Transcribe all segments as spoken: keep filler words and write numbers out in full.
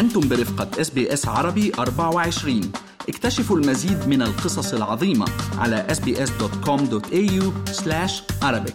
أنتم برفقة إس بي إس عربي أربعة وعشرين. اكتشفوا المزيد من القصص العظيمة على إس بي إس دوت كوم دوت إيه يو سلاش عربيك.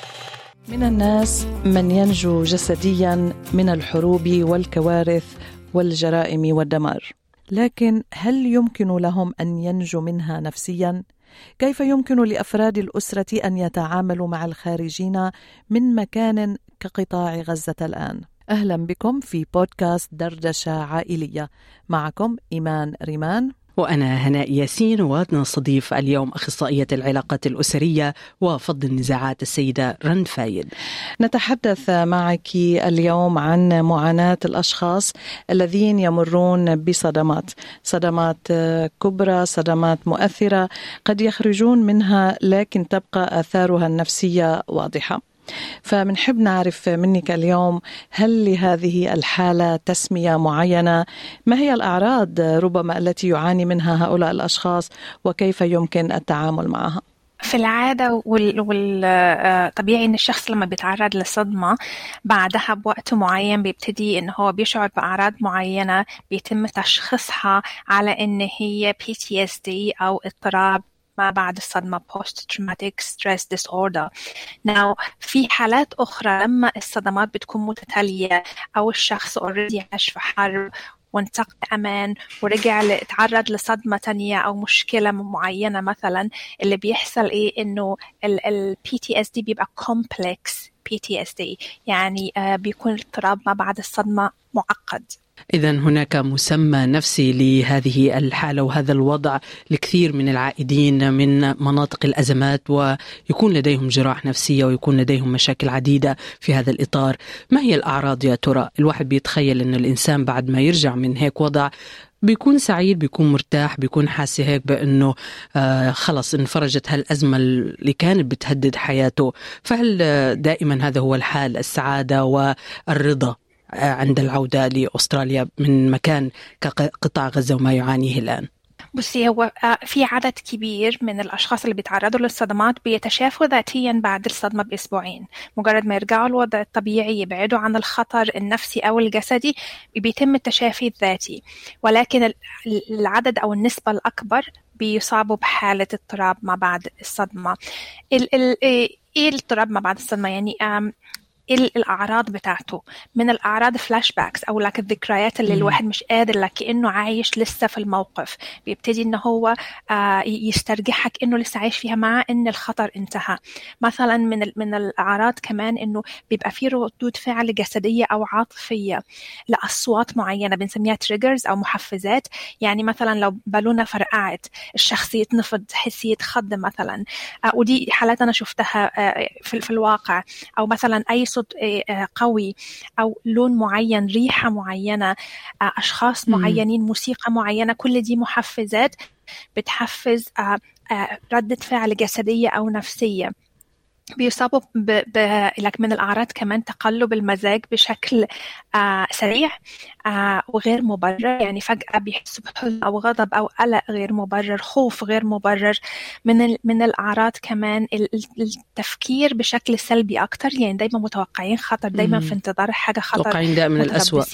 من الناس من ينجو جسديا من الحروب والكوارث والجرائم والدمار، لكن هل يمكن لهم أن ينجوا منها نفسيا؟ كيف يمكن لأفراد الأسرة أن يتعاملوا مع الخارجين من مكان كقطاع غزة الآن؟ أهلا بكم في بودكاست دردشة عائلية، معكم إيمان ريمان وأنا هناء ياسين، ونستضيف اليوم أخصائية العلاقات الأسرية وفض النزاعات السيدة رند فايد. نتحدث معك اليوم عن معاناة الأشخاص الذين يمرون بصدمات صدمات كبرى، صدمات مؤثرة قد يخرجون منها لكن تبقى آثارها النفسية واضحة. فمنحب نعرف منك اليوم، هل لهذه الحالة تسمية معينة؟ ما هي الأعراض ربما التي يعاني منها هؤلاء الأشخاص وكيف يمكن التعامل معها؟ في العادة والطبيعي إن الشخص لما بيتعرض لصدمة بعدها بوقت معين بيبتدي إن هو بيشعر بأعراض معينة بيتم تشخيصها على إن هي بي تي إس دي أو اضطراب ما بعد الصدمة post traumatic stress disorder. Now في حالات أخرى لما الصدمات بتكون متتالية أو الشخص already عاش في حرب وانتقل أمان ورجع يتعرض لصدمة تانية أو مشكلة معينة، مثلا اللي بيحصل إيه إنه ال بي تي إس دي بيبقى complex بي تي إس دي، يعني آه بيكون اضطراب ما بعد الصدمة معقد. إذن هناك مسمى نفسي لهذه الحالة وهذا الوضع لكثير من العائدين من مناطق الأزمات، ويكون لديهم جراح نفسية ويكون لديهم مشاكل عديدة في هذا الإطار. ما هي الأعراض يا ترى؟ الواحد بيتخيل أن الإنسان بعد ما يرجع من هيك وضع بيكون سعيد، بيكون مرتاح، بيكون حاسس هيك بأنه آه خلص انفرجت هالأزمة اللي كانت بتهدد حياته. فهل دائما هذا هو الحال، السعادة والرضا عند العودة لأستراليا من مكان كقطاع غزة وما يعانيه الآن؟ بصي، هو في عدد كبير من الأشخاص اللي بيتعرضوا للصدمات بيتشافوا ذاتيا بعد الصدمة بأسبوعين. مجرد ما يرجعوا الوضع الطبيعي، يبعدوا عن الخطر النفسي أو الجسدي، بيتم التشافي الذاتي. ولكن العدد أو النسبة الأكبر بيصابوا بحالة اضطراب ما بعد الصدمة. ال ال إيه الاضطراب ما بعد الصدمة؟ يعني الأعراض بتاعته من الأعراض فلاش باكس أو لك الذكريات اللي الواحد مش قادر لك إنه عايش لسه في الموقف، بيبتدي إنه هو آه يسترجعك إنه لسه عايش فيها مع إن الخطر انتهى. مثلا من من الأعراض كمان إنه بيبقى فيه ردود فعل جسدية أو عاطفية لأصوات معينة بنسميها تريجرز أو محفزات. يعني مثلا لو بالونة فرقعت الشخص يتنفض، حس يتخض مثلا، آه ودي حالات أنا شفتها آه في, في الواقع. أو مثلا أي صوت قوي أو لون معين، ريحة معينة، أشخاص معينين، موسيقى معينة، كل دي محفزات بتحفز ردة فعل جسدية أو نفسية. بيصابوا ب... ب... لك من الأعراض كمان تقلب المزاج بشكل آه سريع آه وغير مبرر، يعني فجأة بيحسوا بحزن أو غضب أو قلق غير مبرر، خوف غير مبرر. من ال... من الأعراض كمان التفكير بشكل سلبي أكتر، يعني دايما متوقعين خطر، دائما في انتظار حاجة خطر، متوقعين دائما الأسوأ.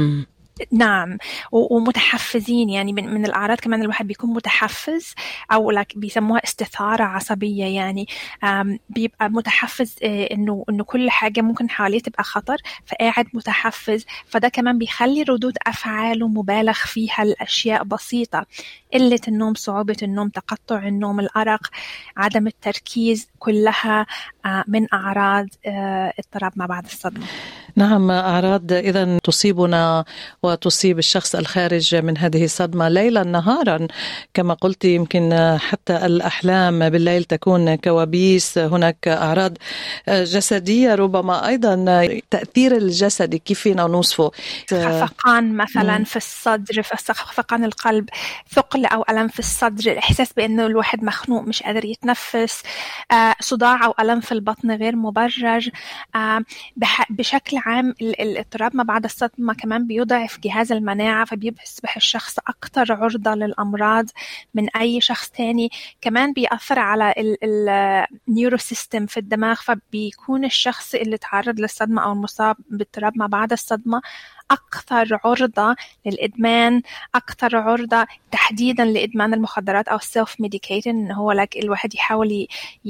نعم، ومتحفزين. يعني من, من الأعراض كمان الواحد بيكون متحفز أو لك بيسموها استثارة عصبية، يعني بيبقى متحفز إنه إنه كل حاجة ممكن حواليه تبقى خطر، فقاعد متحفز. فده كمان بيخلي ردود أفعاله مبالغ فيها الأشياء بسيطة، قلة النوم، صعوبة النوم، تقطع النوم، الأرق، عدم التركيز، كلها من أعراض اضطراب ما بعد الصدمة. نعم، أعراض إذن تصيبنا وتصيب الشخص الخارج من هذه الصدمة ليلا نهارا كما قلت. يمكن حتى الأحلام بالليل تكون كوابيس. هناك أعراض جسدية ربما أيضا، تأثير الجسد كيف فينا نوصفه؟ خفقان مثلا م. في الصدر، في خفقان القلب، ثقل أو ألم في الصدر، إحساس بأنه الواحد مخنوق مش قادر يتنفس، آه، صداع أو ألم في البطن غير مبرر، آه، بشكل عام الاضطراب ما بعد الصدمة كمان بيضعف جهاز المناعة، فبيصبح الشخص أكثر عرضة للأمراض من أي شخص تاني. كمان بيأثر على النيوروسيستم في الدماغ، فبيكون الشخص اللي تعرض للصدمة أو المصاب باضطراب ما بعد الصدمة أكثر عرضة للإدمان، أكثر عرضة تحديدا لإدمان المخدرات أو السيلف ميديكيشن، إن هو لك الواحد يحاول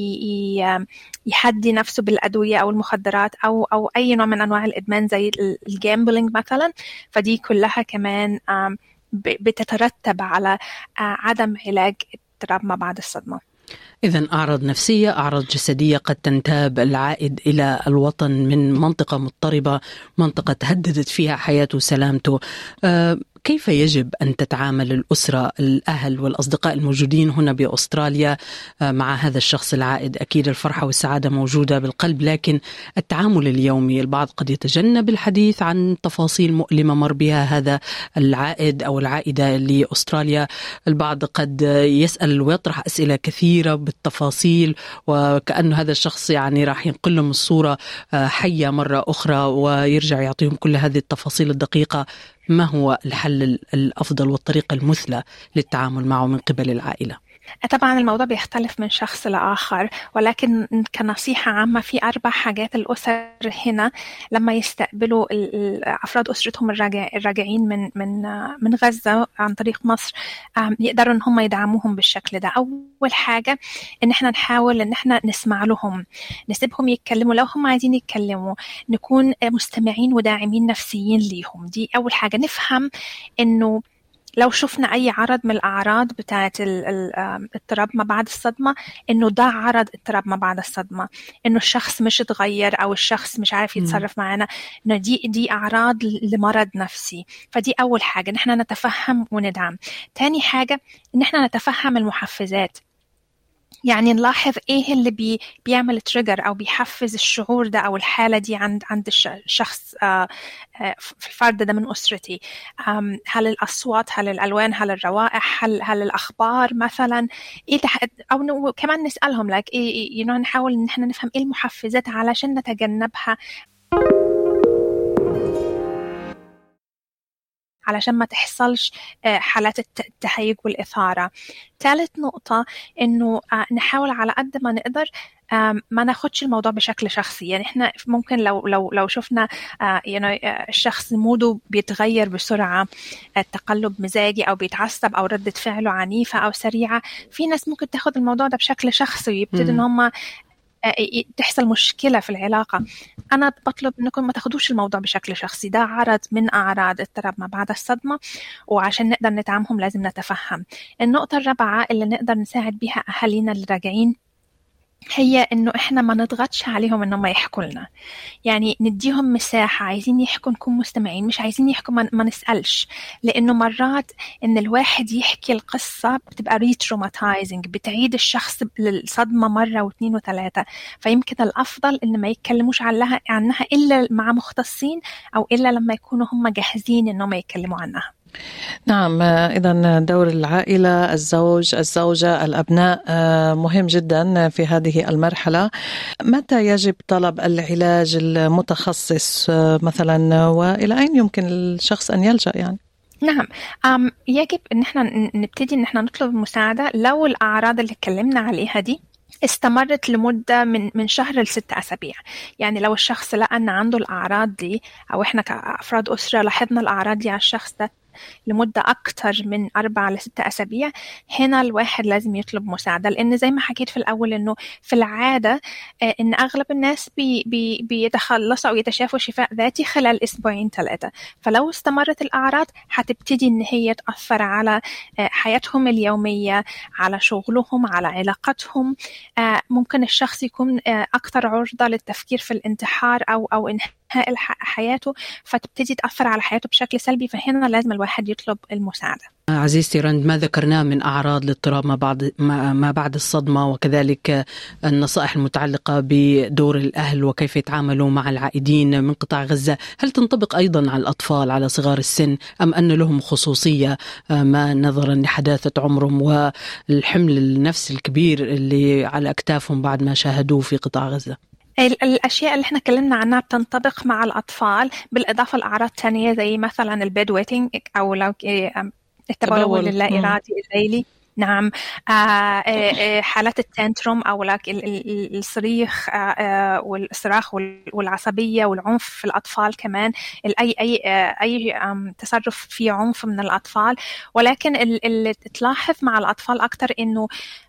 يحدي نفسه بالأدوية أو المخدرات أو أو أي نوع من أنواع الإدمان زي الجامبلينج مثلا. فدي كلها كمان بتترتب على عدم علاج اضطراب ما بعد الصدمة. إذن أعراض نفسية، أعراض جسدية قد تنتاب العائد إلى الوطن من منطقة مضطربة، منطقة تهددت فيها حياته وسلامته. أه كيف يجب أن تتعامل الأسرة، الأهل والأصدقاء الموجودين هنا بأستراليا مع هذا الشخص العائد؟ أكيد الفرحة والسعادة موجودة بالقلب، لكن التعامل اليومي، البعض قد يتجنب الحديث عن تفاصيل مؤلمة مر بها هذا العائد أو العائدة لأستراليا. البعض قد يسأل ويطرح أسئلة كثيرة بالتفاصيل، وكأن هذا الشخص يعني راح ينقل لهم الصورة حية مرة أخرى ويرجع يعطيهم كل هذه التفاصيل الدقيقة. ما هو الحل الأفضل والطريقة المثلى للتعامل معه من قبل العائلة؟ طبعا الموضوع بيختلف من شخص لآخر، ولكن كنصيحة عامة في أربع حاجات الأسر هنا لما يستقبلوا أفراد أسرتهم الراجعين من من من غزة عن طريق مصر يقدروا إن هم يدعموهم بالشكل ده. أول حاجة إن إحنا نحاول إن إحنا نسمع لهم، نسيبهم يتكلموا لو هم عايزين يتكلموا، نكون مستمعين وداعمين نفسيين ليهم. دي أول حاجة. نفهم إنه لو شفنا أي عرض من الأعراض بتاعة الاضطراب ما بعد الصدمة، إنه ده عرض اضطراب ما بعد الصدمة، إنه الشخص مش اتغير أو الشخص مش عارف يتصرف معنا، إنه دي دي أعراض لمرض نفسي. فدي أول حاجة، إن إحنا نتفهم وندعم. تاني حاجة إن إحنا نتفهم المحفزات، يعني نلاحظ إيه اللي بي بيعمل تريجر أو بيحفز الشعور ده أو الحالة دي عند عند الشخص آه في الفرد ده من أسرتي. هل الأصوات، هل الألوان، هل الروائح، هل هل الأخبار مثلا، إيه أو كمان نسألهم لك إيه ينو نحاول إن إحنا نفهم إيه المحفزات علشان نتجنبها، علشان ما تحصلش حالات التهيج والإثارة. ثالث نقطة إنه نحاول على قد ما نقدر ما ناخدش الموضوع بشكل شخصي. يعني إحنا ممكن لو لو لو شفنا يعني الشخص موده بيتغير بسرعة، تقلب مزاجي أو بيتعصب أو ردة فعله عنيفة أو سريعة، في ناس ممكن تاخد الموضوع ده بشكل شخصي ويبتدي إن هم تحصل مشكلة في العلاقة. أنا بطلب أنكم ما تاخدوش الموضوع بشكل شخصي، ده عرض من أعراض اضطراب ما بعد الصدمة، وعشان نقدر ندعمهم لازم نتفهم. النقطة الرابعة اللي نقدر نساعد بها أهالينا الراجعين هي إنه إحنا ما نضغطش عليهم إنهم يحكوا لنا، يعني نديهم مساحة. عايزين يحكوا نكون مستمعين، مش عايزين يحكوا ما, ما نسألش، لأنه مرات إن الواحد يحكي القصة بتبقى ريتروماتايزنج، بتعيد الشخص للصدمة مرة واثنين وثلاثة. فيمكن الأفضل إن ما يتكلموش عنها عنها إلا مع مختصين أو إلا لما يكونوا هم جاهزين إنهم يتكلموا عنها. نعم، إذن دور العائلة، الزوج، الزوجة، الأبناء مهم جدا في هذه المرحلة. متى يجب طلب العلاج المتخصص مثلا، وإلى أين يمكن الشخص أن يلجأ يعني؟ نعم، يجب أن احنا نبتدي أن احنا نطلب المساعدة لو الأعراض اللي اتكلمنا عليها دي استمرت لمدة من من شهر لست أسابيع. يعني لو الشخص لقى أن عنده الأعراض دي، أو إحنا كأفراد أسرة لاحظنا الأعراض دي على الشخص ده لمدة أكتر من أربعة لستة أسابيع، هنا الواحد لازم يطلب مساعدة. لأن زي ما حكيت في الأول إنه في العادة إن أغلب الناس بي بي بيتخلصوا أو يتشافوا شفاء ذاتي خلال أسبوعين ثلاثة. فلو استمرت الأعراض هتبتدي إن هي تأثر على حياتهم اليومية، على شغلهم، على علاقتهم. ممكن الشخص يكون أكثر عرضة للتفكير في الانتحار أو أو إنهاء حياته، فتبتدي تأثر على حياته بشكل سلبي. فهنا لازم الواحد يطلب المساعدة. عزيزتي رند، ما ذكرناه من أعراض الاضطراب ما بعد ما بعد الصدمة، وكذلك النصائح المتعلقة بدور الأهل وكيف يتعاملوا مع العائدين من قطاع غزة، هل تنطبق أيضا على الأطفال، على صغار السن، أم أن لهم خصوصية ما نظرا لحداثة عمرهم والحمل النفسي الكبير اللي على أكتافهم بعد ما شاهدوه في قطاع غزة؟ الأشياء اللي احنا اتكلمنا عنها بتنطبق مع الأطفال، بالإضافة لأعراض تانية زي مثلا البيد ويتنج أو لو التبول اللا إرادي الليلي. نعم. آه آه حالات التانتروم أو لك الصريخ آه والصراخ والعصبية والعنف في الأطفال كمان، أي أي آه أي تصرف فيه عنف من الأطفال. ولكن اللي تلاحظ مع الأطفال أكتر إنه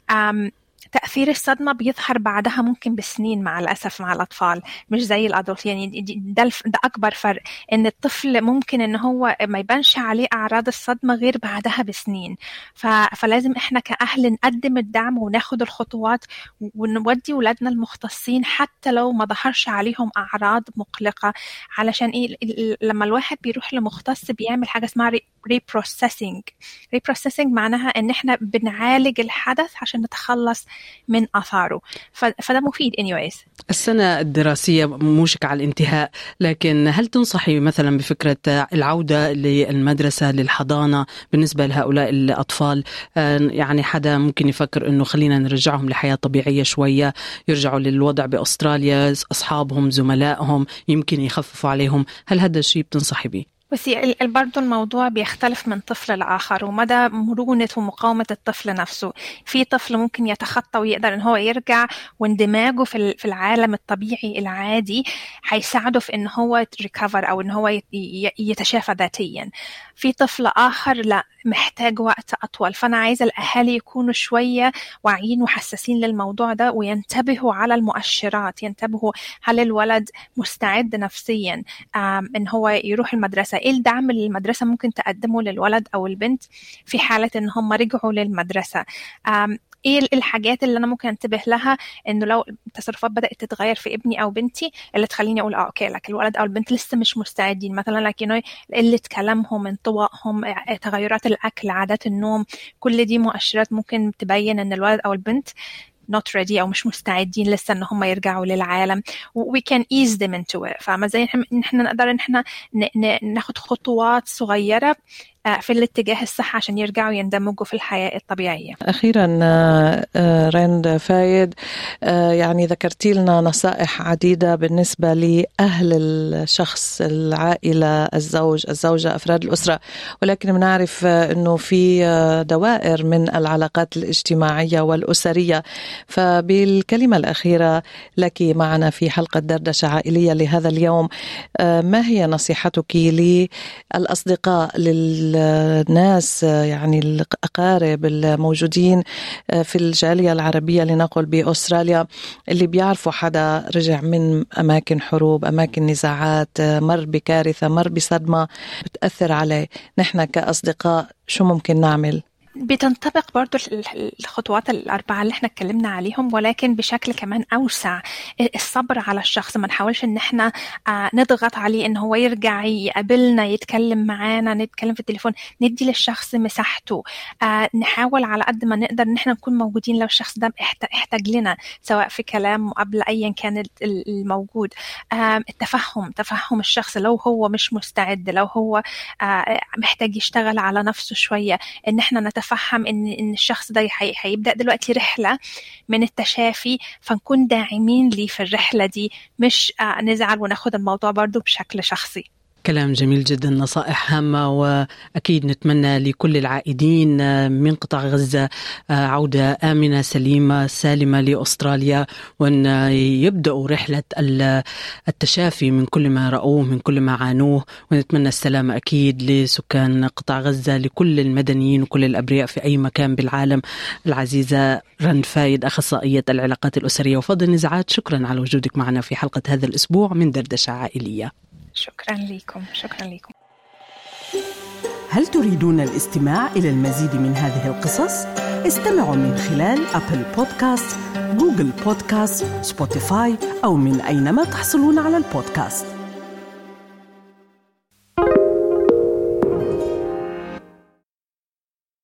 تأثير الصدمة بيظهر بعدها ممكن بسنين مع الأسف مع الأطفال، مش زي الأدولت. يعني ده, ده أكبر فرق، إن الطفل ممكن إن هو ما يبانش عليه أعراض الصدمة غير بعدها بسنين. فلازم إحنا كأهل نقدم الدعم وناخد الخطوات ونودي ولادنا المختصين حتى لو ما ظهرش عليهم أعراض مقلقة. علشان إيه؟ لما الواحد بيروح لمختص بيعمل حاجة اسمها reprocessing. reprocessing معناها إن إحنا بنعالج الحدث عشان نتخلص من أثاره، فده مفيد anyways. السنة الدراسية موشك على الانتهاء، لكن هل تنصحي مثلا بفكرة العودة للمدرسة للحضانة بالنسبة لهؤلاء الأطفال؟ يعني حدا ممكن يفكر إنه خلينا نرجعهم لحياة طبيعية شوية، يرجعوا للوضع بأستراليا، أصحابهم زملائهم يمكن يخففوا عليهم، هل هذا الشيء بتنصحي به؟ بس برضو الموضوع بيختلف من طفل لآخر ومدى مرونة ومقاومة الطفل نفسه. في طفل ممكن يتخطى ويقدر إن هو يرجع، واندماجه في العالم الطبيعي العادي هيساعده في إن هو ريكفر أو إن هو يتشافى ذاتيا. في طفل آخر لا، محتاج وقت أطول. فأنا عايزة الأهالي يكونوا شوية واعيين وحساسين للموضوع ده، وينتبهوا على المؤشرات، ينتبهوا هل الولد مستعد نفسيا إن هو يروح المدرسة، إيه الدعم اللي المدرسة ممكن تقدمه للولد أو البنت في حالة إن هم رجعوا للمدرسة، ايه الحاجات اللي انا ممكن انتبه لها انه لو التصرفات بدات تتغير في ابني او بنتي اللي تخليني اقول اه اوكي لك الولد او البنت لسه مش مستعدين، مثلا لكن قله كلامهم، انطوائهم، تغيرات الاكل، عادات النوم، كل دي مؤشرات ممكن تبين ان الولد او البنت not ready أو مش مستعدين لسه إن هم يرجعوا للعالم. we can ease them into it. فما زي إحنا نقدر إن إحنا ناخد خطوات صغيرة في الاتجاه الصح عشان يرجعوا يندمجوا في الحياة الطبيعية. أخيرا رند فايد، يعني ذكرتي لنا نصائح عديدة بالنسبة لأهل الشخص، العائلة، الزوج، الزوجة، أفراد الأسرة، ولكن بنعرف أنه في دوائر من العلاقات الاجتماعية والأسرية. فبالكلمة الأخيرة لك معنا في حلقة دردشة عائلية لهذا اليوم، ما هي نصيحتك للأصدقاء، لل الناس يعني الأقارب الموجودين في الجالية العربية لنقل بأستراليا اللي بيعرفوا حدا رجع من أماكن حروب، أماكن نزاعات، مر بكارثة، مر بصدمة بتأثر عليه؟ نحن كأصدقاء شو ممكن نعمل؟ بتنطبق برضو الخطوات الأربعة اللي احنا اتكلمنا عليهم، ولكن بشكل كمان أوسع. الصبر على الشخص، ما نحاولش ان احنا نضغط عليه ان هو يرجع يقابلنا، يتكلم معانا، نتكلم في التليفون، ندي للشخص مساحته. نحاول على قد ما نقدر ان احنا نكون موجودين لو الشخص ده احتاج لنا، سواء في كلام مقابلة ايا كان الموجود. التفهم، تفهم الشخص لو هو مش مستعد، لو هو محتاج يشتغل على نفسه شوية، ان احنا نتفهم فهم إن إن الشخص ده هيبدأ دلوقتي رحلة من التشافي، فنكون داعمين ليه في الرحلة دي، مش نزعل وناخد الموضوع برضو بشكل شخصي. كلام جميل جدا، نصائح هامة، وأكيد نتمنى لكل العائدين من قطاع غزة عودة آمنة سليمة سالمة لأستراليا، وأن يبدأوا رحلة التشافي من كل ما رأوه، من كل ما عانوه، ونتمنى السلامة أكيد لسكان قطاع غزة، لكل المدنيين وكل الأبرياء في أي مكان بالعالم. العزيزة رند فايد، أخصائية العلاقات الأسرية وفض النزاعات، شكرا على وجودك معنا في حلقة هذا الأسبوع من دردشة عائلية. شكرا لكم. شكرا لكم. هل تريدون الاستماع إلى المزيد من هذه القصص؟ استمعوا من خلال أبل بودكاست، جوجل بودكاست، سبوتيفاي، أو من أينما تحصلون على البودكاست.